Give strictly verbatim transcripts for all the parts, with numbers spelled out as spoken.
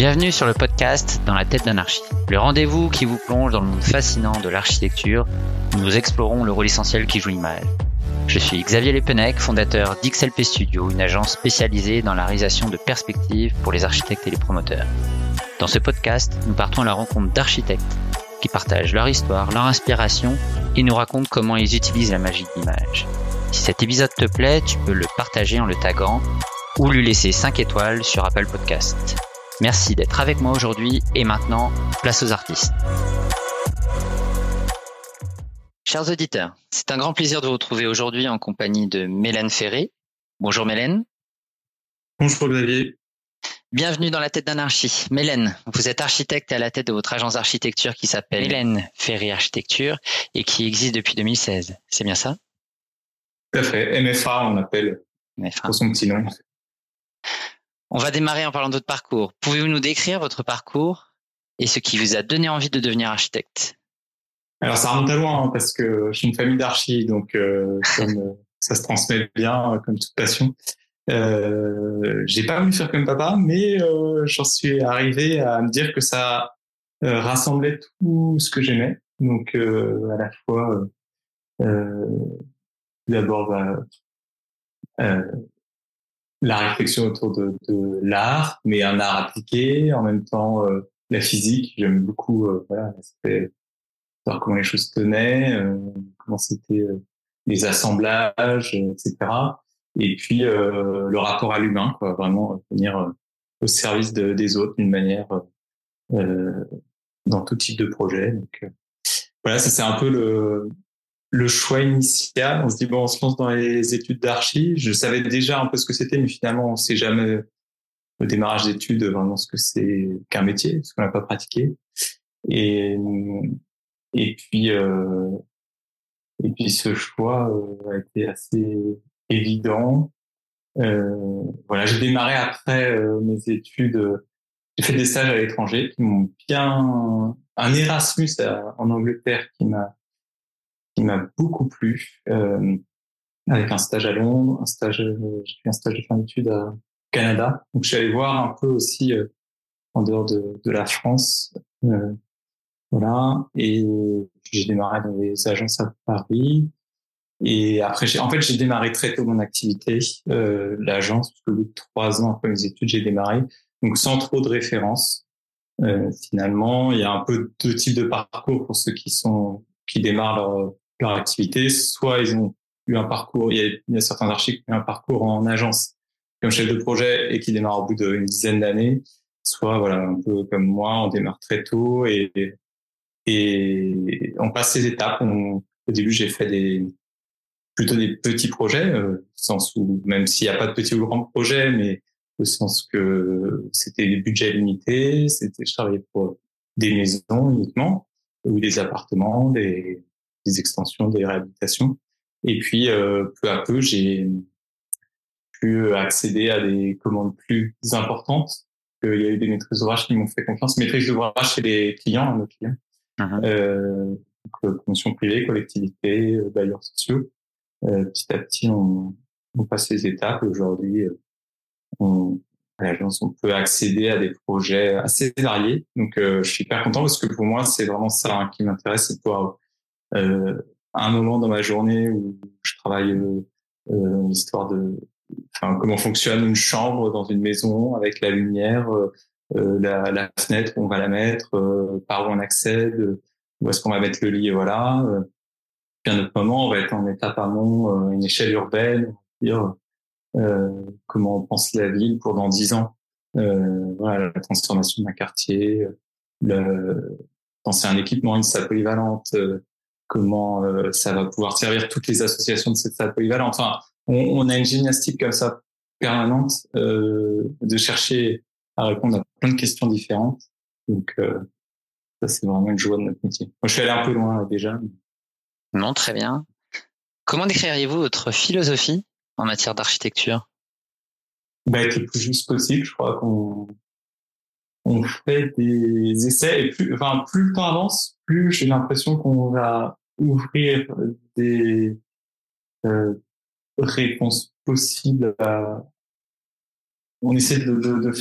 Bienvenue sur le podcast Dans la tête d'un archi, le rendez-vous qui vous plonge dans le monde fascinant de l'architecture où nous explorons le rôle essentiel qui joue l'image. Je suis Xavier Lepenec, fondateur d'X L P Studio, une agence spécialisée dans la réalisation de perspectives pour les architectes et les promoteurs. Dans ce podcast, nous partons à la rencontre d'architectes qui partagent leur histoire, leur inspiration et nous racontent comment ils utilisent la magie de l'image. Si cet épisode te plaît, tu peux le partager en le taguant ou lui laisser cinq étoiles sur Apple Podcast. Merci d'être avec moi aujourd'hui et maintenant, place aux artistes. Chers auditeurs, c'est un grand plaisir de vous retrouver aujourd'hui en compagnie de Mélène Ferré. Bonjour Mélène. Bonjour Xavier. Bienvenue dans la tête d'un archi. Mélène, vous êtes architecte à la tête de votre agence d'architecture qui s'appelle Mélène Ferré Architecture et qui existe depuis deux mille seize. C'est bien ça? Tout à fait. M F A, on appelle M F A. Pour son petit nom. On va démarrer en parlant de votre parcours. Pouvez-vous nous décrire votre parcours et ce qui vous a donné envie de devenir architecte? Alors, ça remonte à loin hein, parce que je suis une famille d'archi, donc euh, comme euh, ça se transmet bien, euh, comme toute passion. Euh, j'ai pas voulu faire comme papa, mais euh, j'en suis arrivé à me dire que ça euh, rassemblait tout ce que j'aimais. Donc, euh, à la fois, euh, d'abord, bah, euh, la réflexion autour de, de l'art, mais un art appliqué, en même temps euh, la physique. J'aime beaucoup euh, voilà, l'aspect, savoir comment les choses tenaient, euh, comment c'était euh, les assemblages, euh, et cetera. Et puis euh, le rapport à l'humain, quoi, vraiment euh, venir euh, au service de, des autres d'une manière euh, dans tout type de projet. Donc euh, voilà, ça c'est un peu le le choix initial. On se dit bon, on se lance dans les études d'archi. Je savais déjà un peu ce que c'était, mais finalement on sait jamais au démarrage d'études vraiment ce que c'est qu'un métier, parce qu'on n'a pas pratiqué. Et et puis euh, et puis ce choix euh, a été assez évident. Euh, voilà, j'ai démarré après euh, mes études. Euh, j'ai fait des stages à l'étranger qui m'ont bien, un Erasmus à, en Angleterre qui m'a qui m'a beaucoup plu, euh, avec un stage à Londres, un stage, euh, j'ai fait un stage de fin d'études au Canada. Donc je suis allé voir un peu aussi euh, en dehors de, de la France, euh, voilà. Et j'ai démarré dans les agences à Paris. Et après, j'ai, en fait, j'ai démarré très tôt mon activité, euh, l'agence, parce que au bout de trois ans après mes études, j'ai démarré. Donc, sans trop de références. Euh, finalement, il y a un peu deux types de parcours pour ceux qui sont, qui démarrent leur, leur activité. Soit ils ont eu un parcours, il y a, il y a certains architectes qui ont eu un parcours en agence comme chef de projet et qui démarrent au bout d'une dizaine d'années. Soit, voilà, un peu comme moi, on démarre très tôt et, et on passe ces étapes. On, au début, j'ai fait des, plutôt des petits projets, euh, sens où, même s'il n'y a pas de petits ou grands projets, mais au sens que c'était des budgets limités, c'était, je travaillais pour des maisons uniquement, ou des appartements, des, des extensions, des réhabilitations. Et puis, euh, peu à peu, j'ai pu accéder à des commandes plus importantes. Il y a eu des maîtrises d'ouvrage qui m'ont fait confiance. Maîtrise d'ouvrage chez les clients, nos clients. Uh-huh. Euh, donc, promotion privée, collectivité, bailleurs sociaux. Euh, petit à petit, on, on passe les étapes. Aujourd'hui, on, à l'agence, on peut accéder à des projets assez variés. Donc, euh, je suis hyper content parce que pour moi, c'est vraiment ça hein, qui m'intéresse, c'est de pouvoir, euh, à un moment dans ma journée où je travaille euh, euh, l'histoire de, enfin, comment fonctionne une chambre dans une maison avec la lumière, euh, la, la fenêtre où on va la mettre, euh, par où on accède, où est-ce qu'on va mettre le lit, et voilà. Euh, Puis à un autre moment, on va être en étape amont, euh, une échelle urbaine, on va dire euh, comment on pense la ville pour dans dix ans. Euh, voilà, la transformation d'un quartier, le, penser à un équipement, une salle polyvalente, euh, comment euh, ça va pouvoir servir toutes les associations de cette salle polyvalente. Enfin, on, on a une gymnastique comme ça permanente euh, de chercher à répondre à plein de questions différentes. Donc, euh, ça, c'est vraiment une joie de notre métier. Moi, je suis allé un peu loin déjà. Non, très bien. Comment décririez-vous votre philosophie en matière d'architecture? Bah, être le plus juste possible. Je crois qu'on on fait des essais et plus, enfin, plus le temps avance, plus j'ai l'impression qu'on va ouvrir des euh, réponses possibles. À... On essaie de, de, de faire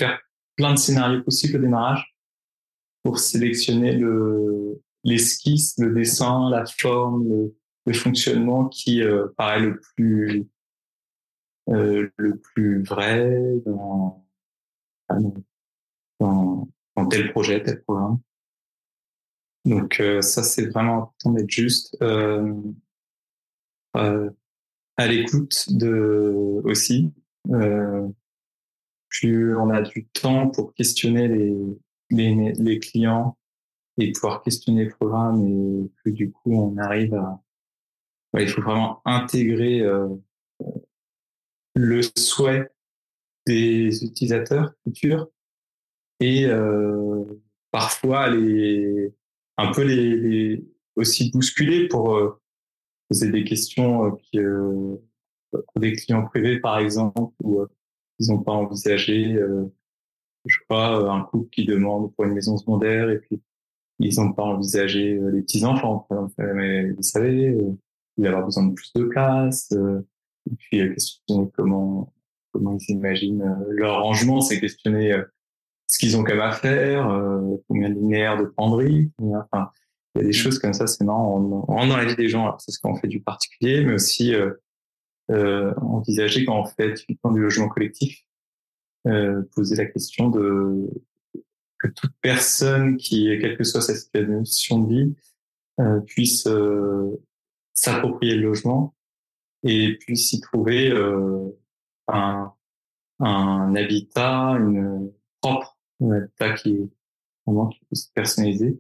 plein de scénarios possibles au démarrage pour sélectionner le, l'esquisse, le dessin, la forme, le, le fonctionnement qui euh, paraît le plus euh, le plus vrai dans, dans, dans tel projet, tel programme. Donc euh, ça, c'est vraiment important d'être juste euh, euh, à l'écoute de aussi. Euh, plus on a du temps pour questionner les, les, les clients et pouvoir questionner le programme, et plus du coup on arrive à... Ouais, il faut vraiment intégrer euh, le souhait des utilisateurs futurs et euh, parfois les un peu les, les aussi bousculer pour euh, poser des questions euh, qui euh, pour des clients privés par exemple, où euh, ils n'ont pas envisagé euh, je crois un couple qui demande pour une maison secondaire et puis ils n'ont pas envisagé euh, les petits enfants, par exemple. Mais vous savez euh, il va y avoir besoin de plus de place euh, et puis euh, questionner comment comment ils imaginent euh, leur rangement, c'est questionner euh, ce qu'ils ont comme à faire, euh, combien de linéaires de penderie, combien, enfin, il y a des choses comme ça, c'est marrant, on, on rentre dans la vie des gens, alors c'est ce qu'on fait du particulier, mais aussi euh, euh, envisager quand on fait typiquement du logement collectif, euh, poser la question de que toute personne qui, quelle que soit sa situation de vie, euh, puisse euh, s'approprier le logement et puisse y trouver euh, un, un habitat, une propre, un habitat qui est vraiment qui peut se personnaliser.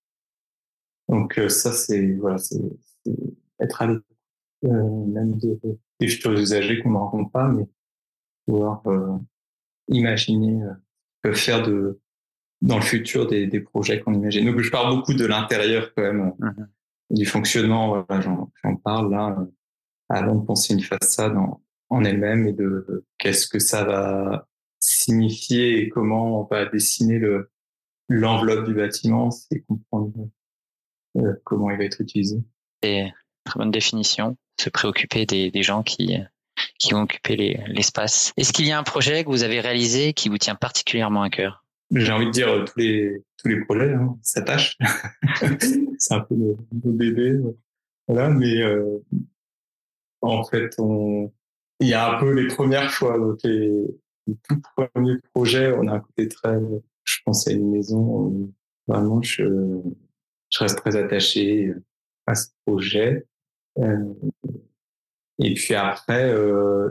Donc euh, ça c'est voilà, c'est, c'est être à l'écoute euh, même de, des futurs usagers qu'on ne rencontre pas, mais pouvoir euh, imaginer euh, peuvent faire de dans le futur des, des projets qu'on imagine. Donc je parle beaucoup de l'intérieur quand même, mm-hmm. du fonctionnement. Voilà, j'en, j'en parle là euh, avant de penser une façade en, en elle-même et de euh, qu'est-ce que ça va signifier et comment on va dessiner le l'enveloppe du bâtiment, c'est comprendre euh, comment il va être utilisé. C'est une très bonne définition. Se préoccuper des, des gens qui qui vont occuper les, l'espace. Est-ce qu'il y a un projet que vous avez réalisé qui vous tient particulièrement à cœur? J'ai envie de dire tous les tous les projets hein, s'attachent. C'est un peu le, le bébé, voilà. Mais euh, en fait, on il y a un peu les premières fois, donc les, les tout premiers projets, on a un côté très, je pense à une maison où vraiment je je reste très attaché à ce projet. Euh, et puis après, euh,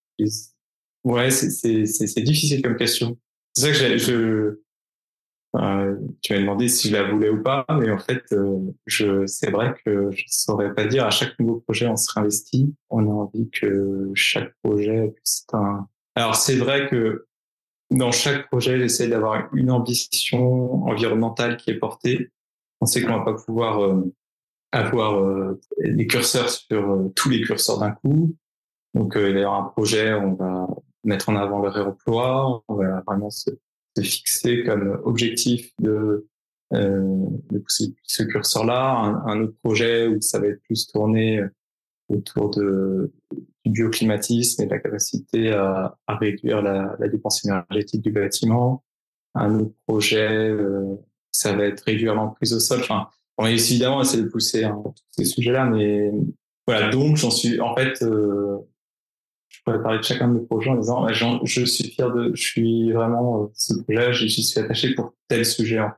ouais, c'est, c'est, c'est, c'est difficile comme question. C'est ça que j'ai, je, euh, tu m'as demandé si je la voulais ou pas, mais en fait, euh, je, c'est vrai que je saurais pas dire. À chaque nouveau projet, on se réinvestit. On a envie que chaque projet, c'est un. Alors c'est vrai que dans chaque projet, j'essaie d'avoir une ambition environnementale qui est portée. On sait qu'on va pas pouvoir euh, avoir euh, les curseurs sur euh, tous les curseurs d'un coup. Donc, euh, il va y avoir un projet, on va mettre en avant le réemploi, on va vraiment se, se fixer comme objectif de, euh, de pousser ce curseur-là. Un, un autre projet où ça va être plus tourné autour de, du bioclimatisme et de la capacité à, à réduire la, la dépense énergétique du bâtiment. Un autre projet, euh, ça va être réduire l'emprise au sol. Enfin, on va évidemment essayer de pousser hein, tous ces sujets-là, mais voilà. Donc, j'en suis, en fait, euh, je pourrais parler de chacun de mes projets en disant, je suis fier de, je suis vraiment, euh, ce projet, j'y suis attaché pour tel sujet. Hein.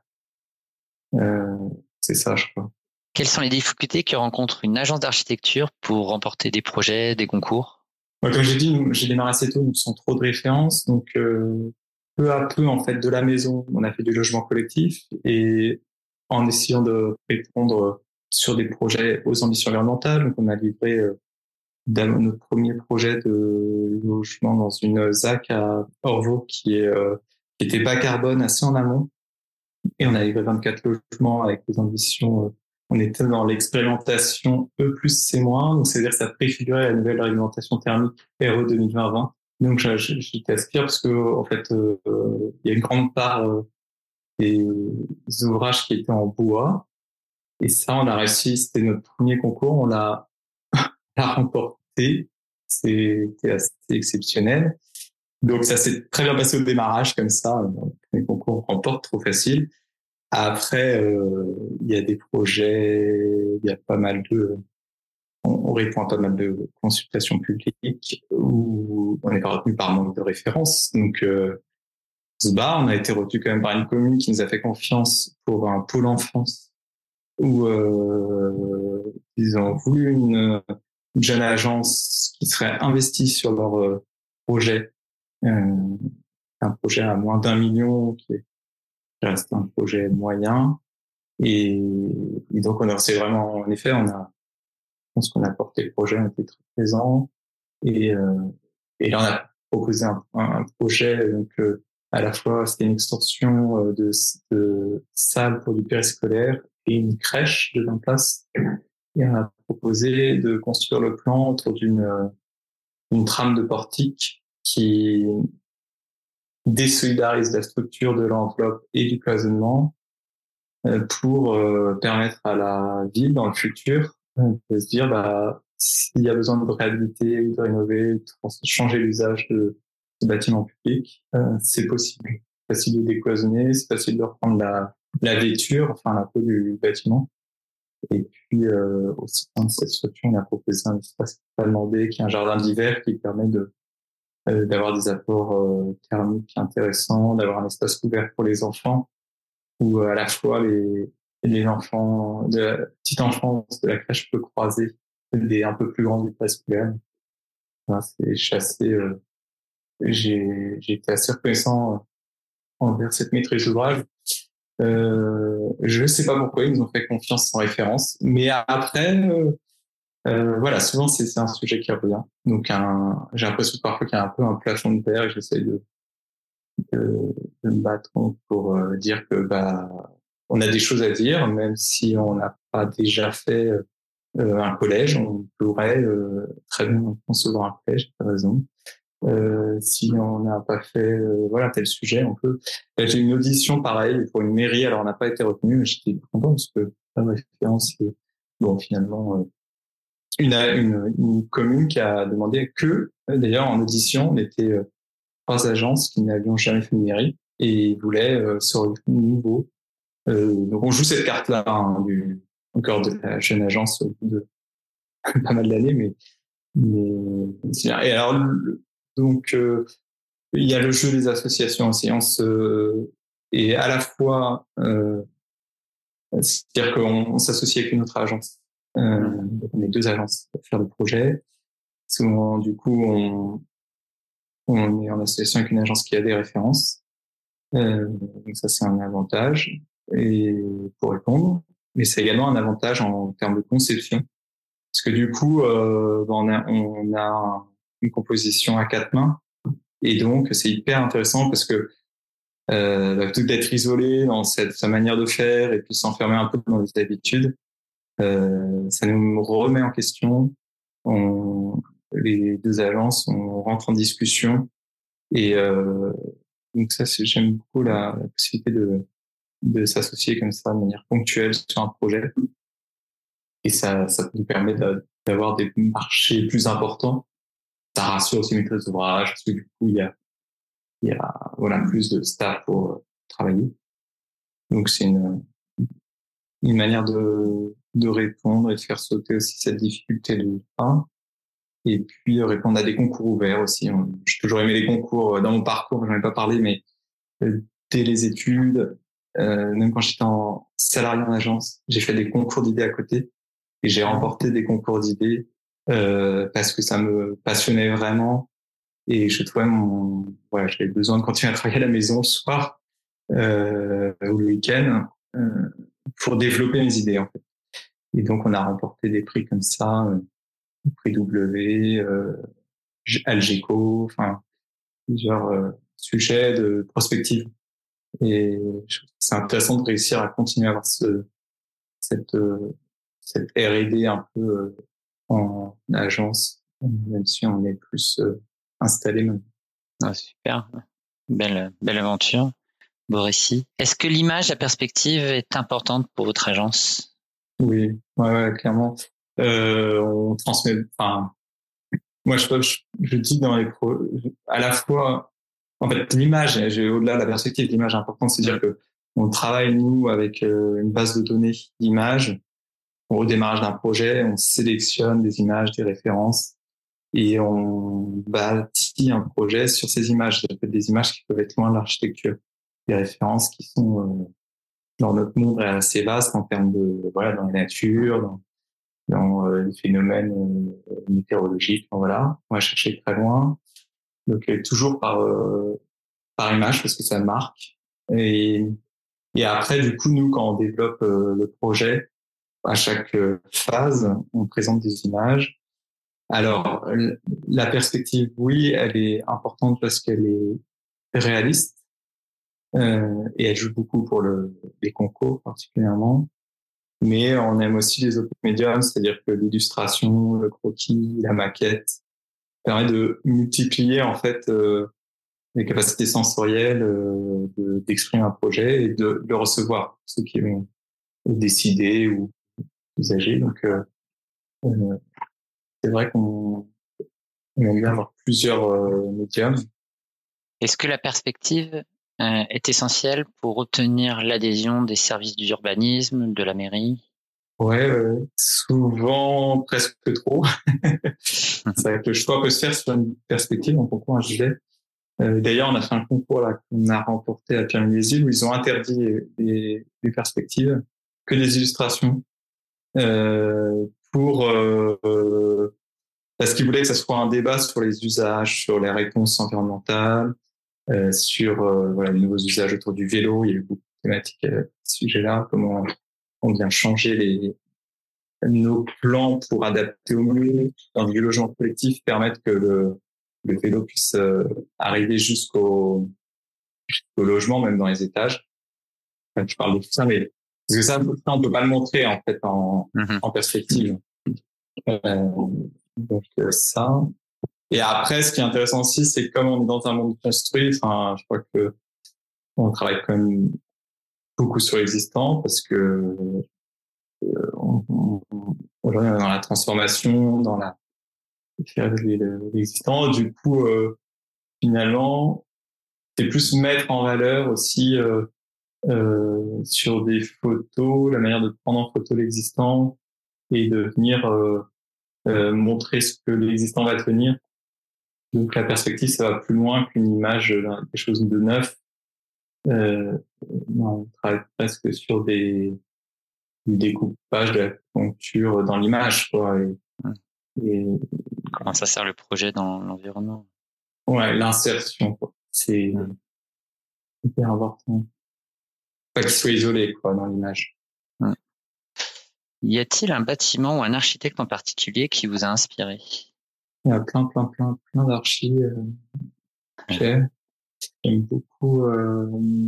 Euh, c'est ça, je crois. Quelles sont les difficultés que rencontre une agence d'architecture pour remporter des projets, des concours? Ouais, comme j'ai dit, nous, j'ai démarré assez tôt, nous sans trop de références, donc euh, peu à peu, en fait, de la maison, on a fait du logement collectif et en essayant de répondre sur des projets aux ambitions environnementales, donc on a livré euh, notre premier projet de logement dans une Z A C à Orvaux qui est euh, qui était bas carbone, assez en amont, et on a livré vingt-quatre logements avec des ambitions. Euh, on était dans l'expérimentation E plus C moins, donc c'est-à-dire que ça préfigurait la nouvelle réglementation thermique R E deux mille vingt vingt. Donc j'y t'aspire parce que en fait euh, il y a une grande part euh, des ouvrages qui étaient en bois, et ça on a réussi. C'était notre premier concours, on l'a remporté. C'était assez exceptionnel. Donc ça s'est très bien passé au démarrage comme ça. Les concours remportent trop facile. Après, euh, il y a des projets, il y a pas mal de, on, on répond à pas mal de consultations publiques où on n'est pas retenu par manque de références. Donc euh, on se bat, on a été retenu quand même par une commune qui nous a fait confiance pour un pôle enfance où euh, ils ont voulu une, une jeune agence qui serait investie sur leur euh, projet. Euh, un projet à moins d'un million qui est reste un projet moyen. Et, et donc, on a, c'est vraiment, en effet, on a, je pense qu'on a porté le projet, on était très présents. Et, euh, et là, on a proposé un, un projet, donc, euh, à la fois, c'était une extension euh, de, de salle pour du périscolaire et une crèche de vingt places. Et on a proposé de construire le plan autour d'une, une trame de portique qui désolidarise la structure de l'enveloppe et du cloisonnement pour euh, permettre à la ville dans le futur de se dire bah s'il y a besoin de réhabiliter ou de rénover, de changer l'usage de, de bâtiments publics, euh, c'est possible. C'est facile de décloisonner, c'est facile de reprendre la, la vêture, enfin la peau du bâtiment. Et puis euh, au sein de cette structure, on a proposé un espace totalement B qui est un jardin d'hiver qui permet de euh, d'avoir des apports euh, thermiques intéressants, d'avoir un espace couvert pour les enfants où à la fois les, les enfants de la petite enfance de la crèche peut croiser des un peu plus grands du préscolaire. Enfin, c'est, je suis assez, euh, j'ai, j'ai été assez reconnaissant envers cette maîtrise d'ouvrage. Euh, je sais pas pourquoi ils nous ont fait confiance sans référence, mais après, euh, euh, voilà, souvent c'est, c'est un sujet qui revient. Donc un, j'ai l'impression parfois qu'il y a un peu un plafond de verre et j'essaie de, de, de me battre pour euh, dire que bah on a des choses à dire, même si on n'a pas déjà fait euh, un collège, on pourrait euh, très bien concevoir un collège, t'as raison. Euh, si on n'a pas fait euh, voilà tel sujet, on peut. Là, j'ai une audition pareille pour une mairie, alors on n'a pas été retenu, mais j'étais content parce que la référence, c'est bon finalement euh, une, une une commune qui a demandé que d'ailleurs en audition on était euh, trois agences qui n'avions jamais fait de mairie et voulaient euh, sur le nouveau. Euh, donc on joue cette carte-là hein, du encore de la jeune agence au bout de pas mal d'années, mais mais c'est bien. Et alors le, donc euh, il y a le jeu des associations aussi. On se et à la fois euh, c'est-à-dire qu'on on s'associe avec une autre agence. Euh, on est deux agences pour faire le projet. Souvent du coup on on est en association avec une agence qui a des références. Euh, donc ça c'est un avantage. Et pour répondre, mais c'est également un avantage en termes de conception, parce que du coup, euh, on a, on a une composition à quatre mains, et donc c'est hyper intéressant parce que euh, plutôt que d'être isolé dans cette sa manière de faire et puis s'enfermer un peu dans les habitudes, euh, ça nous remet en question. On, les deux agences, on rentre en discussion, et euh, donc ça, c'est, j'aime beaucoup la, la possibilité de de s'associer comme ça de manière ponctuelle sur un projet. Et ça, ça nous permet d'avoir des marchés plus importants. Ça rassure aussi mes maîtrises d'ouvrage, parce que du coup, il y a, il y a, voilà, plus de staff pour travailler. Donc, c'est une, une manière de, de répondre et de faire sauter aussi cette difficulté de un. Et puis, répondre à des concours ouverts aussi. J'ai toujours aimé les concours dans mon parcours, j'en ai pas parlé, mais dès les études, euh, même quand j'étais en salarié en agence, j'ai fait des concours d'idées à côté et j'ai remporté des concours d'idées euh, parce que ça me passionnait vraiment et je trouvais mon voilà, j'avais besoin de continuer à travailler à la maison le soir euh, ou le week-end euh, pour développer mes idées en fait. Et donc on a remporté des prix comme ça, euh, prix W, euh, Algeco, enfin plusieurs euh, sujets de prospective. Et c'est intéressant de réussir à continuer à avoir ce, cette, euh, cette R et D un peu euh, en agence, même si on est plus euh, installé maintenant. Ah, super, belle, belle aventure, beau récit. Est-ce que l'image à perspective est importante pour votre agence? Oui, ouais, ouais, clairement. Euh, on transmet, enfin, moi, je, je, je dis dans les pro, à la fois, en fait, l'image, j'ai au-delà de la perspective, l'image est importante, c'est-à-dire que on travaille, nous, avec euh, une base de données d'images. Au démarrage d'un projet, on sélectionne des images, des références, et on bâtit un projet sur ces images. Ça peut être des images qui peuvent être loin de l'architecture, des références qui sont euh, dans notre monde assez vaste en termes de voilà dans la nature, dans, dans euh, les phénomènes euh, météorologiques. Enfin, voilà, on va chercher très loin. Donc euh, toujours par euh, par image parce que ça marque. Et et après du coup nous quand on développe euh, le projet, à chaque phase, on présente des images. Alors, la perspective, oui, elle est importante parce qu'elle est réaliste euh, et elle joue beaucoup pour le, les concours particulièrement. Mais on aime aussi les autres médiums, c'est-à-dire que l'illustration, le croquis, la maquette permet de multiplier en fait euh, les capacités sensorielles euh, de, d'exprimer un projet et de, de le recevoir, ceux qui vont décider ou usager. Donc, euh, euh, c'est vrai qu'on on aime bien avoir plusieurs euh, médiums. Est-ce que la perspective euh, est essentielle pour obtenir l'adhésion des services d'urbanisme, de la mairie? Ouais, euh, souvent presque trop. C'est vrai que le choix peut se faire sur une perspective en concours un gilet. Euh, d'ailleurs, on a fait un concours là qu'on a remporté à Pyrénées-les-Îles où ils ont interdit les, les perspectives, que des illustrations, euh, pour euh, parce qu'ils voulaient que ça soit un débat sur les usages, sur les réponses environnementales, euh, sur euh, voilà, les nouveaux usages autour du vélo. Il y a eu beaucoup de thématiques à ce sujet-là, comment on vient changer les, nos plans pour adapter au mieux dans le logement collectif, permettre que le, le vélo puisse euh, arriver jusqu'au, jusqu'au logement, même dans les étages. Enfin, je parle de tout ça, mais parce que ça, on peut pas le montrer en fait en, mm-hmm. en perspective. Euh, donc euh, ça. Et après, ce qui est intéressant aussi, c'est comme on est dans un monde construit. Enfin, je crois que on travaille quand même beaucoup sur l'existant parce que euh, on, on, aujourd'hui on est dans la transformation, dans la faire l'existant. Du coup, euh, finalement, c'est plus mettre en valeur aussi euh, euh, sur des photos, la manière de prendre en photo l'existant et de venir euh, euh, montrer ce que l'existant va tenir. Donc la perspective, ça va plus loin qu'une image, quelque chose de neuf. Euh, on travaille presque sur des, des découpages de la poncture dans l'image, quoi. Et, et, comment ça sert le projet dans l'environnement? Ouais, l'insertion, quoi. C'est mmh. hyper important. Pas qu'il soit isolé, quoi, dans l'image. Mmh. Y a-t-il un bâtiment ou un architecte en particulier qui vous a inspiré? Il y a plein, plein, plein, plein d'archis. Euh, j'aime. J'aime beaucoup euh,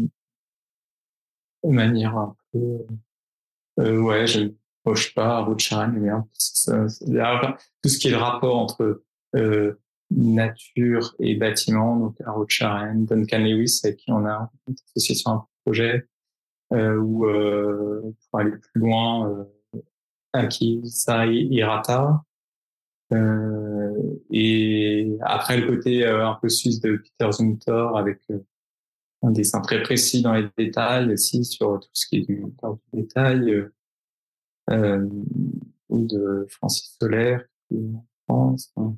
de manière un peu... Euh, ouais, j'aime, oh, je sais pas, Arnaud Charan, bien. Tout ce qui est le rapport entre euh, nature et bâtiment, donc Arnaud Charan, Duncan Lewis, avec qui on a associé sur un projet, euh, où euh, pour aller plus loin, euh, Akihisa Hirata. Euh, et après le côté euh, un peu suisse de Peter Zumthor avec euh, un dessin très précis dans les détails aussi sur tout ce qui est du, du détail euh, euh, ou de Francis Solaire qui est en France, hein.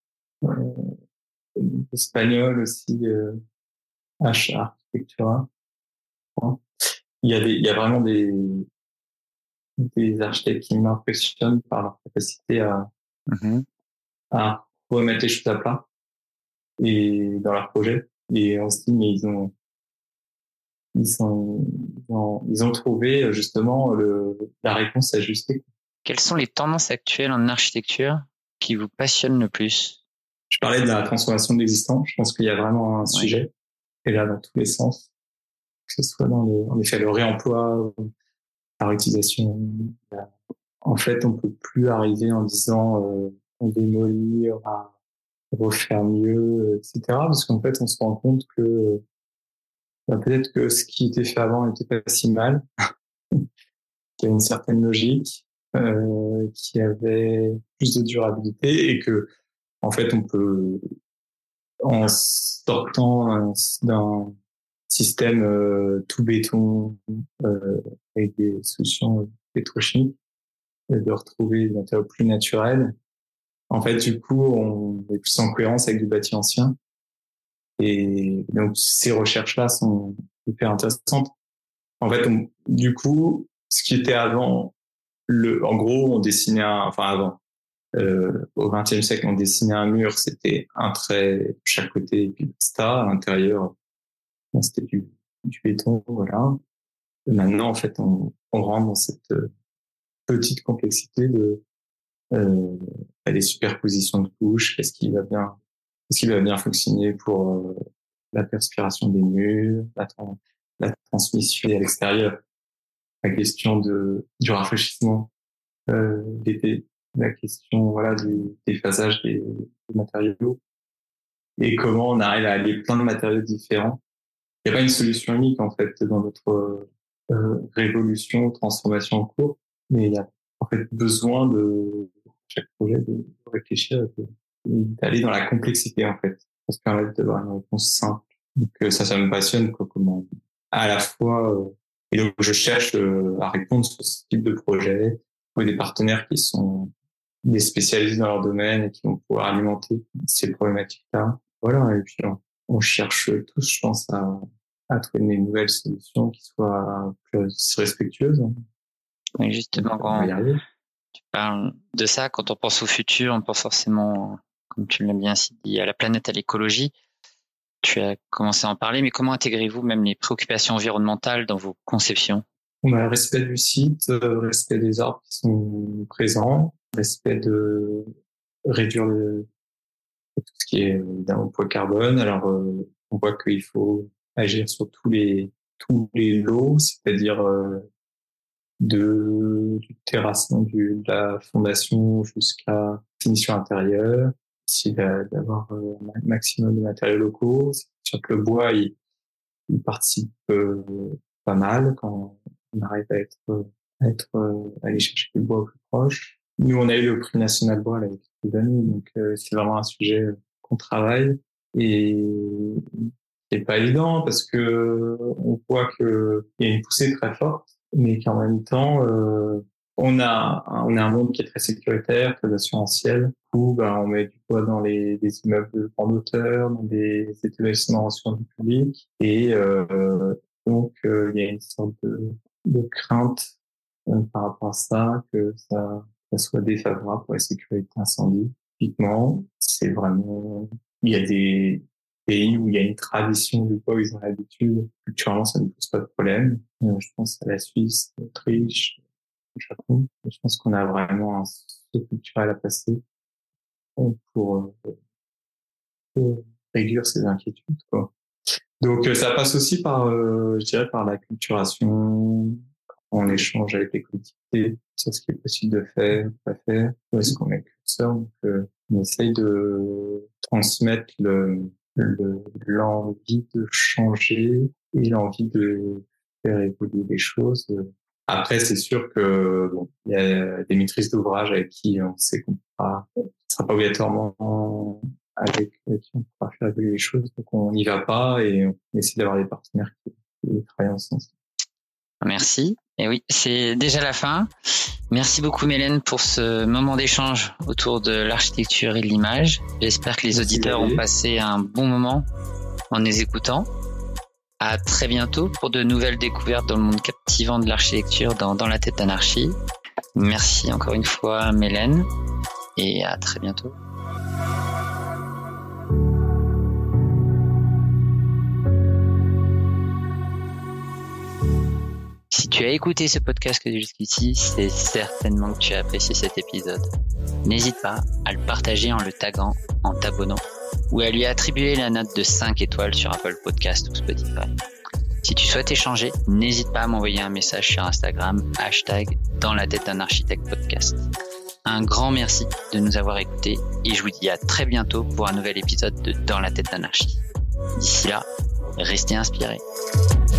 euh, espagnol aussi euh, H Architectura. Hein. Il y a des, il y a vraiment des des architectes qui m'impressionnent par leur capacité à mm-hmm. à remettre les choses à plat et dans leur projet. Et on se dit, mais ils ont, ils sont, ils ont, ils ont trouvé justement le, la réponse ajustée. Quelles sont les tendances actuelles en architecture qui vous passionnent le plus? Je parlais de la transformation de l'existant. Je pense qu'il y a vraiment un ouais. sujet, et là dans tous les sens, que ce soit dans le, en effet, le réemploi, la réutilisation. En fait, on peut plus arriver en disant, euh, on démolit, on va refaire mieux, et cetera. Parce qu'en fait, on se rend compte que bah, peut-être que ce qui était fait avant n'était pas si mal, qu'il y avait une certaine logique, euh, qui avait plus de durabilité et que en fait, on peut, en sortant d'un système euh, tout béton euh, avec des solutions pétrochimiques, de retrouver des matériaux plus naturels. En fait, du coup, on est plus en cohérence avec du bâti ancien. Et donc, ces recherches-là sont hyper intéressantes. En fait, on, du coup, ce qui était avant, le, en gros, on dessinait un, enfin avant, euh, au vingtième siècle, on dessinait un mur, c'était un trait de chaque côté et puis basta. À l'intérieur, c'était du, du béton, voilà. Et maintenant, en fait, on, on rentre dans cette petite complexité de euh, les superpositions de couches, qu'est-ce qui va bien, qu'est-ce qui va bien fonctionner pour euh, la perspiration des murs, la, la transmission à l'extérieur, la question de du rafraîchissement euh, l'été, la question voilà du déphasage des, des matériaux et comment on arrive à allier plein de matériaux différents. Il n'y a pas une solution unique en fait dans notre euh, révolution, transformation en cours, mais il y a en fait besoin de chaque projet de réfléchir et d'aller dans la complexité en fait, pour se permettre d'avoir une réponse simple. Donc ça, ça me passionne quoi, comment à la fois euh, et donc je cherche euh, à répondre sur ce type de projet, trouver des partenaires qui sont des spécialistes dans leur domaine et qui vont pouvoir alimenter ces problématiques-là. Voilà, et puis on, on cherche tous, je pense, à, à trouver des nouvelles solutions qui soient plus respectueuses. Oui, justement, quand tu parles de ça, quand on pense au futur, on pense forcément, comme tu l'as bien dit, à la planète, à l'écologie. Tu as commencé à en parler, mais comment intégrez-vous même les préoccupations environnementales dans vos conceptions? On a le respect du site, le respect des arbres qui sont présents, le respect de réduire le, tout ce qui est d'un poids carbone. Alors, euh, on voit qu'il faut agir sur tous les tous les lots, c'est-à-dire euh, de du terrassement du, de la fondation jusqu'à la finition intérieure, essayer d'avoir euh, un maximum de matériaux locaux. C'est sûr que le bois, il, il participe euh, pas mal quand on arrive à être à être euh, à aller chercher du bois au plus proche. Nous, on a eu le prix national bois là, il y a quelques années, donc euh, c'est vraiment un sujet qu'on travaille et c'est pas évident parce que on voit que il y a une poussée très forte, mais qu'en même temps euh, on a on a un monde qui est très sécuritaire, très assurantiel, où ben on met du bois dans les des immeubles de grande hauteur, dans des établissements ressources du public, et euh, donc euh, il y a une sorte de, de crainte euh, par rapport à ça, que ça, ça soit défavorable pour la sécurité incendie. Typiquement, c'est vraiment il y a des pays où il y a une tradition du bois, où ils ont l'habitude. Culturellement, ça ne pose pas de problème. Euh, je pense à la Suisse, l'Autriche, le Japon. Je pense qu'on a vraiment un saut culturel à passer pour, pour réduire ces inquiétudes, quoi. Donc, ça passe aussi par, euh, je dirais, par la culturation, en échange avec les collectivités sur ce qui est possible de faire, pas faire, où est-ce qu'on est curseur. Donc, euh, on essaye de transmettre le, le, l'envie de changer et l'envie de faire évoluer les choses. Après, c'est sûr que bon, il y a des maîtrises d'ouvrage avec qui on sait qu'on pourra, ce sera pas obligatoirement avec qui on pourra faire évoluer les choses, donc on n'y va pas et on essaie d'avoir des partenaires qui, qui travaillent ensemble. Merci. Et oui, c'est déjà la fin. Merci beaucoup Mélène pour ce moment d'échange autour de l'architecture et de l'image. J'espère que les Merci auditeurs David. ont passé un bon moment en les écoutant. À très bientôt pour de nouvelles découvertes dans le monde captivant de l'architecture dans, dans la tête d'Anarchie. Merci encore une fois Mélène et à très bientôt. Si tu as écouté ce podcast jusqu'ici, c'est certainement que tu as apprécié cet épisode. N'hésite pas à le partager en le taguant, en t'abonnant ou à lui attribuer la note de cinq étoiles sur Apple Podcast ou Spotify. Si tu souhaites échanger, n'hésite pas à m'envoyer un message sur Instagram, hashtag dans la tête d'un architecte podcast. Un grand merci de nous avoir écoutés et je vous dis à très bientôt pour un nouvel épisode de Dans la tête d'Anarchie. D'ici là, restez inspirés.